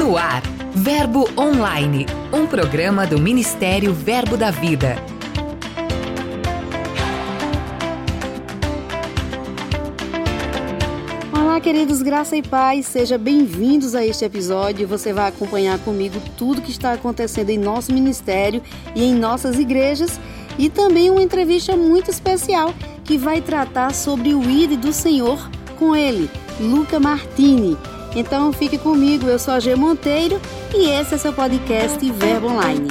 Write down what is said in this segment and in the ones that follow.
No ar, Verbo Online, um programa do Ministério Verbo da Vida. Olá, queridos, graça e paz, sejam bem-vindos a este episódio. Você vai acompanhar comigo tudo que está acontecendo em nosso ministério e em nossas igrejas, e também uma entrevista muito especial que vai tratar sobre o ID do Senhor com ele, Luca Martini. Então fique comigo, eu sou a G Monteiro e esse é seu podcast Verbo Online.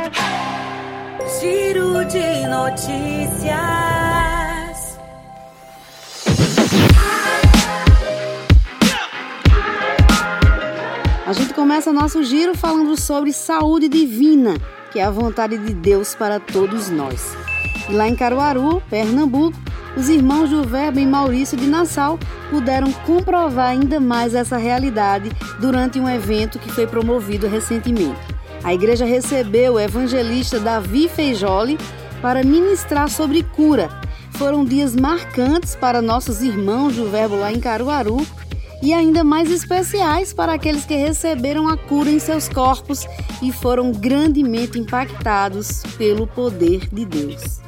Giro de notícias. A gente começa nosso giro falando sobre saúde divina, que é a vontade de Deus para todos nós. E lá em Caruaru, Pernambuco, os irmãos do Verbo em Maurício de Nassau puderam comprovar ainda mais essa realidade durante um evento que foi promovido recentemente. A igreja recebeu o evangelista Davi Feijoli para ministrar sobre cura. Foram dias marcantes para nossos irmãos do Verbo lá em Caruaru e ainda mais especiais para aqueles que receberam a cura em seus corpos e foram grandemente impactados pelo poder de Deus.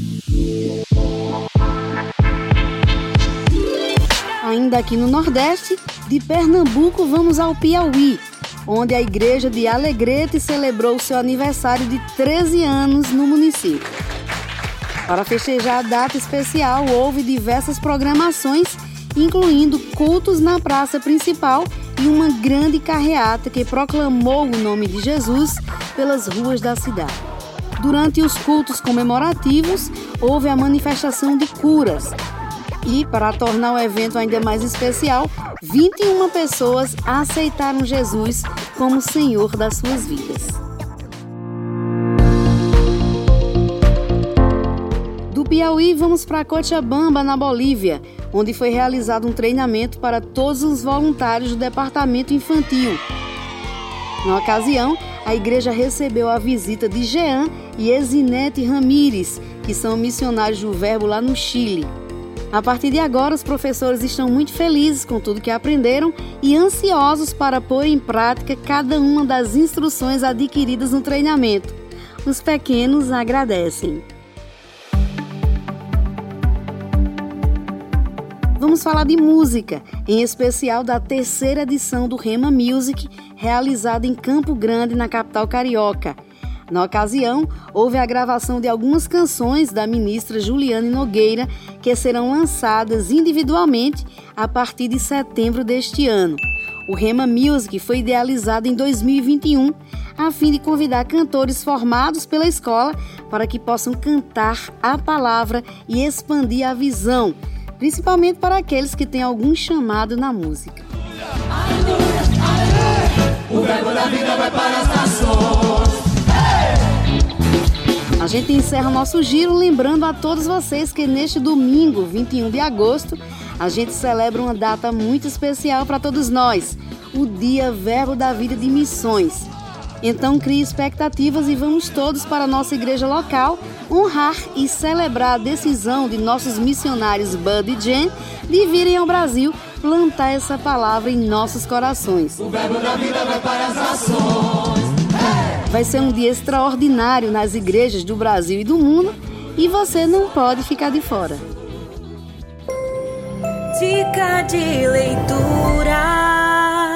Ainda aqui no Nordeste, de Pernambuco vamos ao Piauí, onde a igreja de Alegrete celebrou seu aniversário de 13 anos no município. Para festejar a data especial, houve diversas programações, incluindo cultos na praça principal e uma grande carreata que proclamou o nome de Jesus pelas ruas da cidade. Durante os cultos comemorativos, houve a manifestação de curas. E, para tornar o evento ainda mais especial, 21 pessoas aceitaram Jesus como Senhor das suas vidas. Do Piauí, vamos para Cochabamba, na Bolívia, onde foi realizado um treinamento para todos os voluntários do Departamento Infantil. Na ocasião, a igreja recebeu a visita de Jean e Ezinete Ramírez, que são missionários do Verbo lá no Chile. A partir de agora, os professores estão muito felizes com tudo que aprenderam e ansiosos para pôr em prática cada uma das instruções adquiridas no treinamento. Os pequenos agradecem. Vamos falar de música, em especial da terceira edição do Rema Music, realizada em Campo Grande, na capital carioca. Na ocasião, houve a gravação de algumas canções da ministra Juliane Nogueira, que serão lançadas individualmente a partir de setembro deste ano. O Rema Music foi idealizado em 2021, a fim de convidar cantores formados pela escola para que possam cantar a palavra e expandir a visão, principalmente para aqueles que têm algum chamado na música. O verbo da vida vai para as nações. A gente encerra nosso giro lembrando a todos vocês que neste domingo, 21 de agosto, a gente celebra uma data muito especial para todos nós, o Dia Verbo da Vida de Missões. Então crie expectativas e vamos todos para a nossa igreja local honrar e celebrar a decisão de nossos missionários Bud e Jen de virem ao Brasil plantar essa palavra em nossos corações. O verbo da vida vai para as nações. Vai ser um dia extraordinário nas igrejas do Brasil e do mundo e você não pode ficar de fora. Dica de leitura.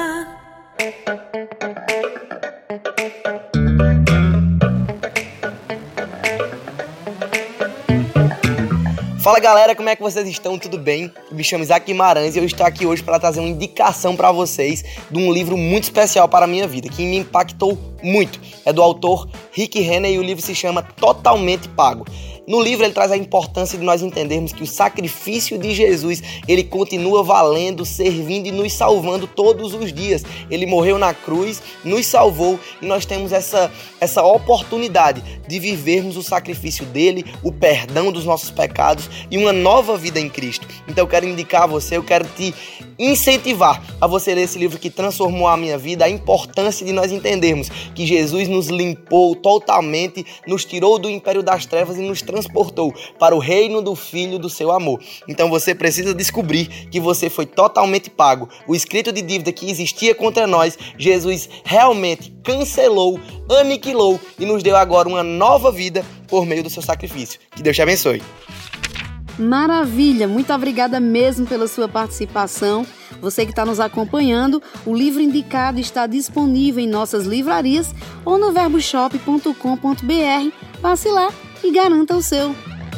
Fala galera, como é que vocês estão? Tudo bem? Eu me chamo Isaac Guimarães e eu estou aqui hoje para trazer uma indicação para vocês de um livro muito especial para a minha vida, que me impactou muito. É do autor Rick Renner e o livro se chama Totalmente Pago. No livro ele traz a importância de nós entendermos que o sacrifício de Jesus, ele continua valendo, servindo e nos salvando todos os dias. Ele morreu na cruz, nos salvou e nós temos essa oportunidade de vivermos o sacrifício dele, o perdão dos nossos pecados e uma nova vida em Cristo. Então eu quero indicar a você, eu quero te incentivar a você ler esse livro que transformou a minha vida, a importância de nós entendermos que Jesus nos limpou totalmente, nos tirou do império das trevas e nos transportou para o reino do Filho do seu amor. Então você precisa descobrir que você foi totalmente pago. O escrito de dívida que existia contra nós, Jesus realmente cancelou, aniquilou e nos deu agora uma nova vida por meio do seu sacrifício. Que Deus te abençoe. Maravilha! Muito obrigada mesmo pela sua participação. Você que está nos acompanhando, o livro indicado está disponível em nossas livrarias ou no verboshop.com.br. Passe lá e garanta o seu.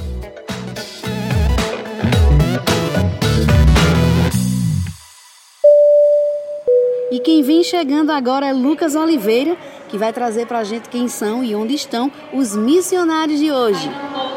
E quem vem chegando agora é Lucas Oliveira, que vai trazer pra gente quem são e onde estão os missionários de hoje.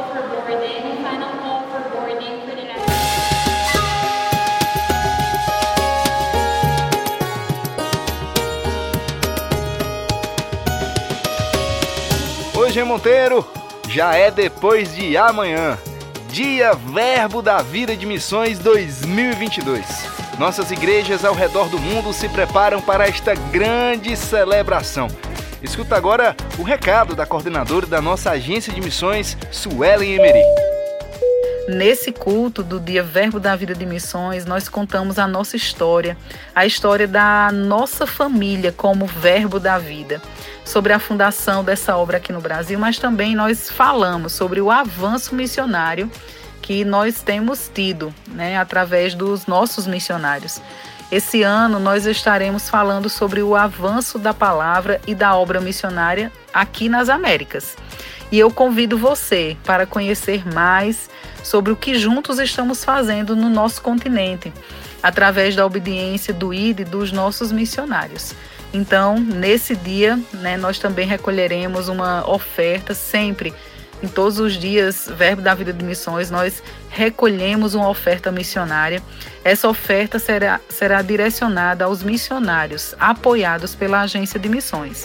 Hoje em Monteiro já é depois de amanhã, Dia Verbo da Vida de Missões 2022. Nossas igrejas ao redor do mundo se preparam para esta grande celebração. Escuta agora o recado da coordenadora da nossa agência de missões, Suelen Emery. Nesse culto do Dia Verbo da Vida de Missões, nós contamos a nossa história, a história da nossa família como Verbo da Vida, sobre a fundação dessa obra aqui no Brasil, mas também nós falamos sobre o avanço missionário que nós temos tido, através dos nossos missionários. Esse ano nós estaremos falando sobre o avanço da palavra e da obra missionária aqui nas Américas. E eu convido você para conhecer mais sobre o que juntos estamos fazendo no nosso continente, através da obediência do ID dos nossos missionários. Então, nesse dia, nós também recolheremos uma oferta sempre. Em todos os dias, Verbo da Vida de Missões, nós recolhemos uma oferta missionária. Essa oferta será direcionada aos missionários, apoiados pela Agência de Missões.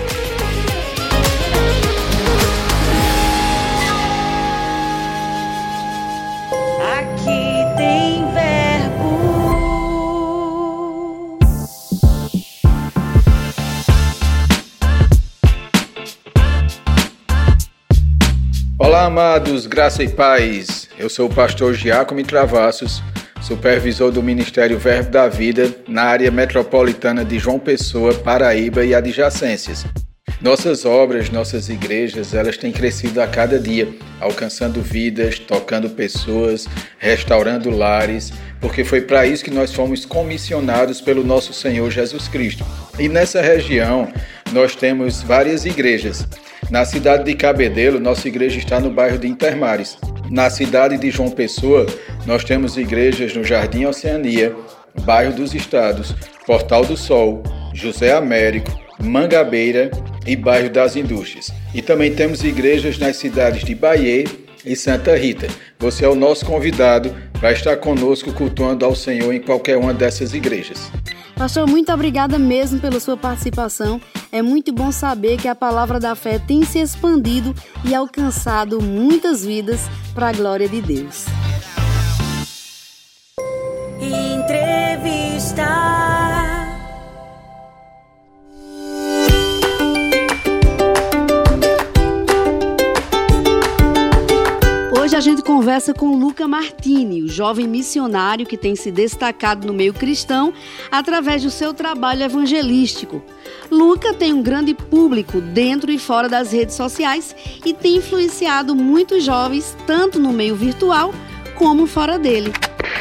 Aqui tem verbo. Olá, amados, graça e paz. Eu sou o pastor Giacomo Travassos, supervisor do Ministério Verbo da Vida na área metropolitana de João Pessoa, Paraíba e adjacências. Nossas obras, nossas igrejas, elas têm crescido a cada dia, alcançando vidas, tocando pessoas, restaurando lares, porque foi para isso que nós fomos comissionados pelo nosso Senhor Jesus Cristo. E nessa região, nós temos várias igrejas. Na cidade de Cabedelo, nossa igreja está no bairro de Intermares. Na cidade de João Pessoa, nós temos igrejas no Jardim Oceania, Bairro dos Estados, Portal do Sol, José Américo, Mangabeira e Bairro das Indústrias. E também temos igrejas nas cidades de Bahia e Santa Rita. Você é o nosso convidado para estar conosco cultuando ao Senhor em qualquer uma dessas igrejas. Pastor, muito obrigada mesmo pela sua participação. É muito bom saber que a palavra da fé tem se expandido e alcançado muitas vidas para a glória de Deus. Entrevista. Hoje a gente conversa com Luca Martini, o jovem missionário que tem se destacado no meio cristão através do seu trabalho evangelístico. Luca tem um grande público dentro e fora das redes sociais e tem influenciado muitos jovens, tanto no meio virtual como fora dele.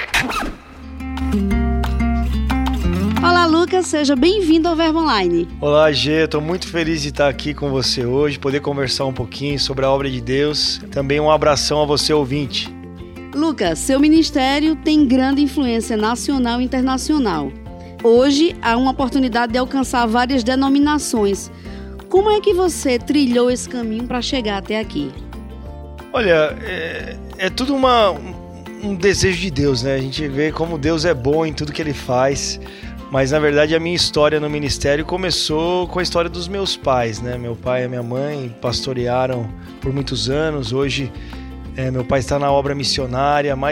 Olá, Lucas, seja bem-vindo ao Verbo Online. Olá, Gê, estou muito feliz de estar aqui com você hoje, poder conversar um pouquinho sobre a obra de Deus. Também um abração a você, ouvinte. Lucas, seu ministério tem grande influência nacional e internacional. Hoje, há uma oportunidade de alcançar várias denominações. Como é que você trilhou esse caminho para chegar até aqui? Olha, é tudo um desejo de Deus, né? A gente vê como Deus é bom em tudo que Ele faz. Mas, na verdade, a minha história no ministério começou com a história dos meus pais, né? Meu pai e minha mãe pastorearam por muitos anos. Hoje, meu pai está na obra missionária há mais de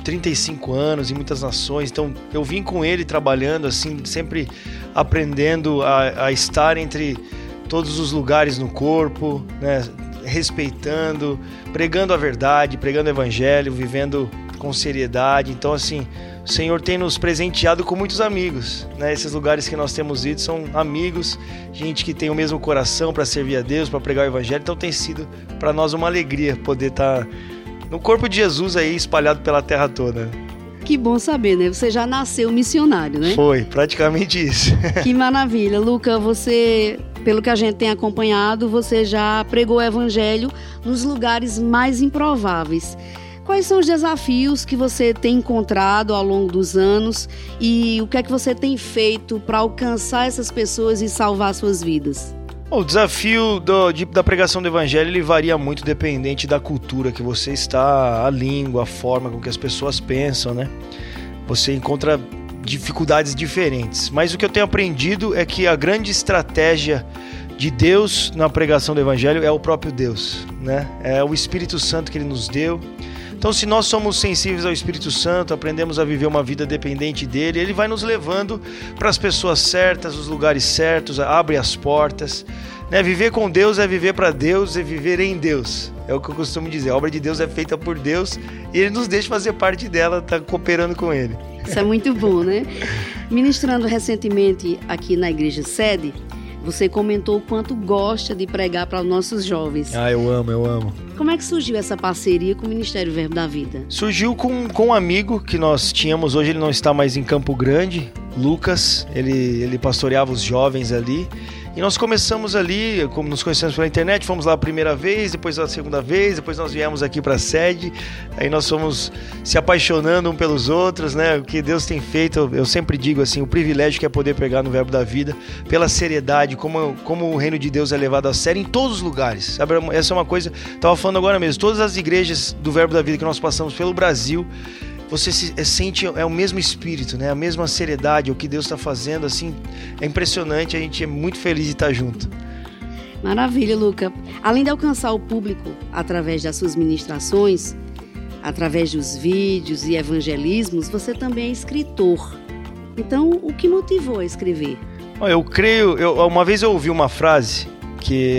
35 anos em muitas nações, então eu vim com ele trabalhando assim, sempre aprendendo a estar entre todos os lugares no corpo, né? Respeitando, pregando a verdade, pregando o evangelho, vivendo com seriedade. Então assim, o Senhor tem nos presenteado com muitos amigos, né? Esses lugares que nós temos ido são amigos, gente que tem o mesmo coração para servir a Deus, para pregar o evangelho. Então tem sido para nós uma alegria poder estar no corpo de Jesus aí, espalhado pela terra toda. Que bom saber, né? Você já nasceu missionário, né? Foi, praticamente isso. Que maravilha. Luca, você, pelo que a gente tem acompanhado, você já pregou o evangelho nos lugares mais improváveis. Quais são os desafios que você tem encontrado ao longo dos anos e o que é que você tem feito para alcançar essas pessoas e salvar suas vidas? O desafio da pregação do evangelho ele varia muito dependente da cultura que você está, a língua, a forma com que as pessoas pensam, né? Você encontra dificuldades diferentes, mas o que eu tenho aprendido é que a grande estratégia de Deus na pregação do evangelho é o próprio Deus, né? É o Espírito Santo que ele nos deu. Então, se nós somos sensíveis ao Espírito Santo, aprendemos a viver uma vida dependente dele, ele vai nos levando para as pessoas certas, os lugares certos, abre as portas. Né? Viver com Deus é viver para Deus, é viver em Deus. É o que eu costumo dizer, a obra de Deus é feita por Deus e ele nos deixa fazer parte dela, tá cooperando com ele. Isso é muito bom, né? Ministrando recentemente aqui na Igreja Sede, você comentou o quanto gosta de pregar para os nossos jovens. Eu amo. Como é que surgiu essa parceria com o Ministério Verbo da Vida? Surgiu com um amigo que nós tínhamos, hoje ele não está mais em Campo Grande, Lucas, ele pastoreava os jovens ali. E nós começamos ali, como nos conhecemos pela internet, fomos lá a primeira vez, depois a segunda vez, depois nós viemos aqui para a sede, aí nós fomos se apaixonando um pelos outros, né? O que Deus tem feito, eu sempre digo assim, o privilégio que é poder pregar no Verbo da Vida, pela seriedade, como o reino de Deus é levado a sério em todos os lugares, sabe? Essa é uma coisa, estava falando agora mesmo, todas as igrejas do Verbo da Vida que nós passamos pelo Brasil, você sente, é o mesmo espírito, né? A mesma seriedade, o que Deus está fazendo, assim, é impressionante, a gente é muito feliz de estar junto. Maravilha, Luca. Além de alcançar o público através das suas ministrações, através dos vídeos e evangelismos, você também é escritor. Então, o que motivou a escrever? Eu creio, uma vez eu ouvi uma frase que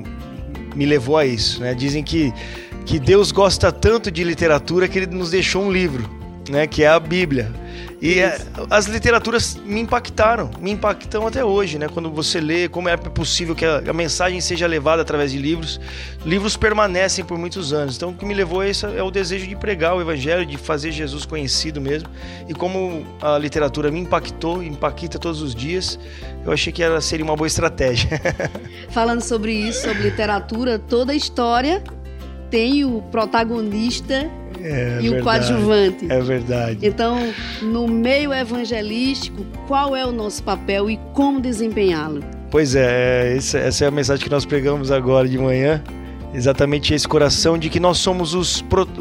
me levou a isso, né? Dizem que Deus gosta tanto de literatura que ele nos deixou um livro, né, que é a Bíblia. E as literaturas me impactam até hoje, né? Quando você lê, como é possível que a mensagem seja levada através de livros. Livros permanecem por muitos anos. Então o que me levou a isso é o desejo de pregar o evangelho, de fazer Jesus conhecido mesmo. E como a literatura me impacta todos os dias, eu achei que seria uma boa estratégia. Falando sobre isso, sobre literatura, toda a história tem o protagonista e o coadjuvante. É verdade. Então, no meio evangelístico, qual é o nosso papel e como desempenhá-lo? Pois essa é a mensagem que nós pregamos agora de manhã. Exatamente esse coração de que nós somos os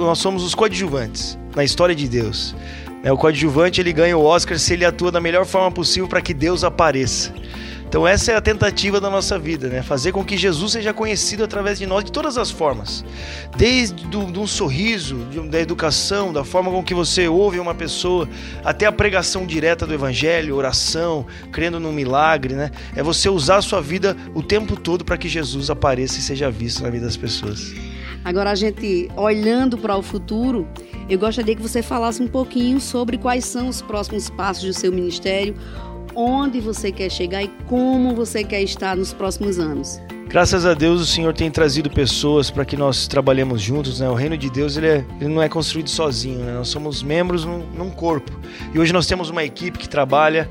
coadjuvantes na história de Deus. O coadjuvante ele ganha o Oscar se ele atua da melhor forma possível para que Deus apareça. Então essa é a tentativa da nossa vida, né? Fazer com que Jesus seja conhecido através de nós de todas as formas. Desde um sorriso, da educação, da forma com que você ouve uma pessoa, até a pregação direta do evangelho, oração, crendo num milagre, né? É você usar a sua vida o tempo todo para que Jesus apareça e seja visto na vida das pessoas. Agora a gente, olhando para o futuro, eu gostaria que você falasse um pouquinho sobre quais são os próximos passos do seu ministério, onde você quer chegar e como você quer estar nos próximos anos. Graças a Deus o Senhor tem trazido pessoas para que nós trabalhemos juntos, né? O reino de Deus ele não é construído sozinho, né? Nós somos membros num corpo. E hoje nós temos uma equipe que trabalha,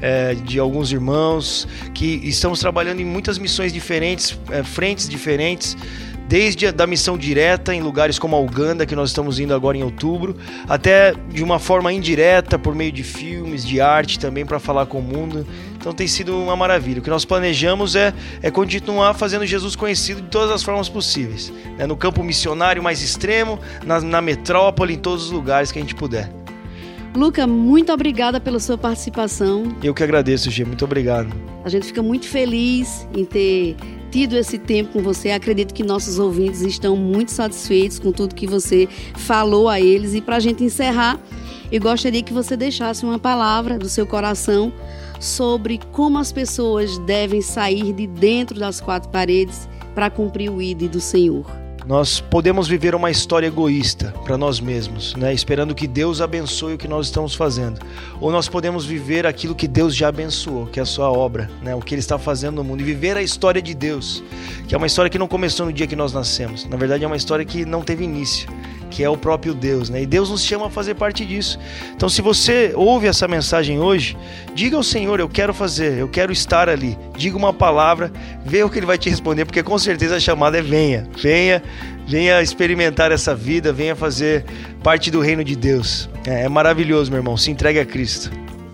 de alguns irmãos, que estamos trabalhando em muitas missões diferentes, frentes diferentes, desde da missão direta em lugares como a Uganda, que nós estamos indo agora em outubro, até de uma forma indireta, por meio de filmes, de arte também, para falar com o mundo. Então tem sido uma maravilha. O que nós planejamos é continuar fazendo Jesus conhecido de todas as formas possíveis, né? No campo missionário mais extremo, na metrópole, em todos os lugares que a gente puder. Luca, muito obrigada pela sua participação. Eu que agradeço, Gê. Muito obrigado. A gente fica muito feliz em ter tido esse tempo com você. Acredito que nossos ouvintes estão muito satisfeitos com tudo que você falou a eles. E para a gente encerrar, eu gostaria que você deixasse uma palavra do seu coração sobre como as pessoas devem sair de dentro das quatro paredes para cumprir o ID do Senhor. Nós podemos viver uma história egoísta para nós mesmos, né? Esperando que Deus abençoe o que nós estamos fazendo. Ou nós podemos viver aquilo que Deus já abençoou, que é a sua obra, né? O que Ele está fazendo no mundo. E viver a história de Deus, que é uma história que não começou no dia que nós nascemos. Na verdade, é uma história que não teve início, que é o próprio Deus, né? E Deus nos chama a fazer parte disso. Então, se você ouve essa mensagem hoje, diga ao Senhor, eu quero fazer, eu quero estar ali. Diga uma palavra, vê o que Ele vai te responder, porque com certeza a chamada é venha experimentar essa vida, venha fazer parte do reino de Deus. É maravilhoso, meu irmão, se entregue a Cristo.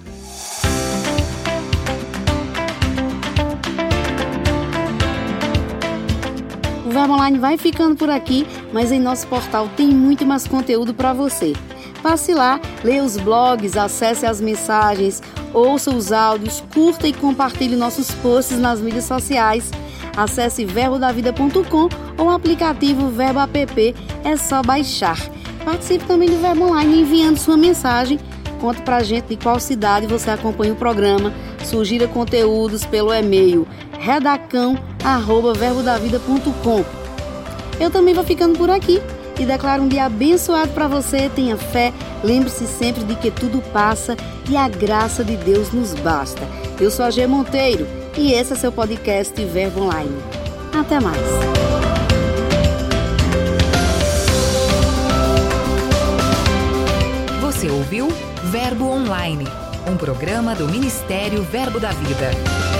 O Verbo Online vai ficando por aqui, mas em nosso portal tem muito mais conteúdo para você. Passe lá, leia os blogs, acesse as mensagens, ouça os áudios, curta e compartilhe nossos posts nas mídias sociais. Acesse verbodavida.com ou o aplicativo Verbo App, é só baixar. Participe também do Verbo Online enviando sua mensagem. Conte pra gente de qual cidade você acompanha o programa. Sugira conteúdos pelo e-mail redacão@verbodavida.com. Eu também vou ficando por aqui e declaro um dia abençoado para você. Tenha fé, lembre-se sempre de que tudo passa e a graça de Deus nos basta. Eu sou a Gê Monteiro e esse é seu podcast Verbo Online. Até mais. Você ouviu Verbo Online, um programa do Ministério Verbo da Vida.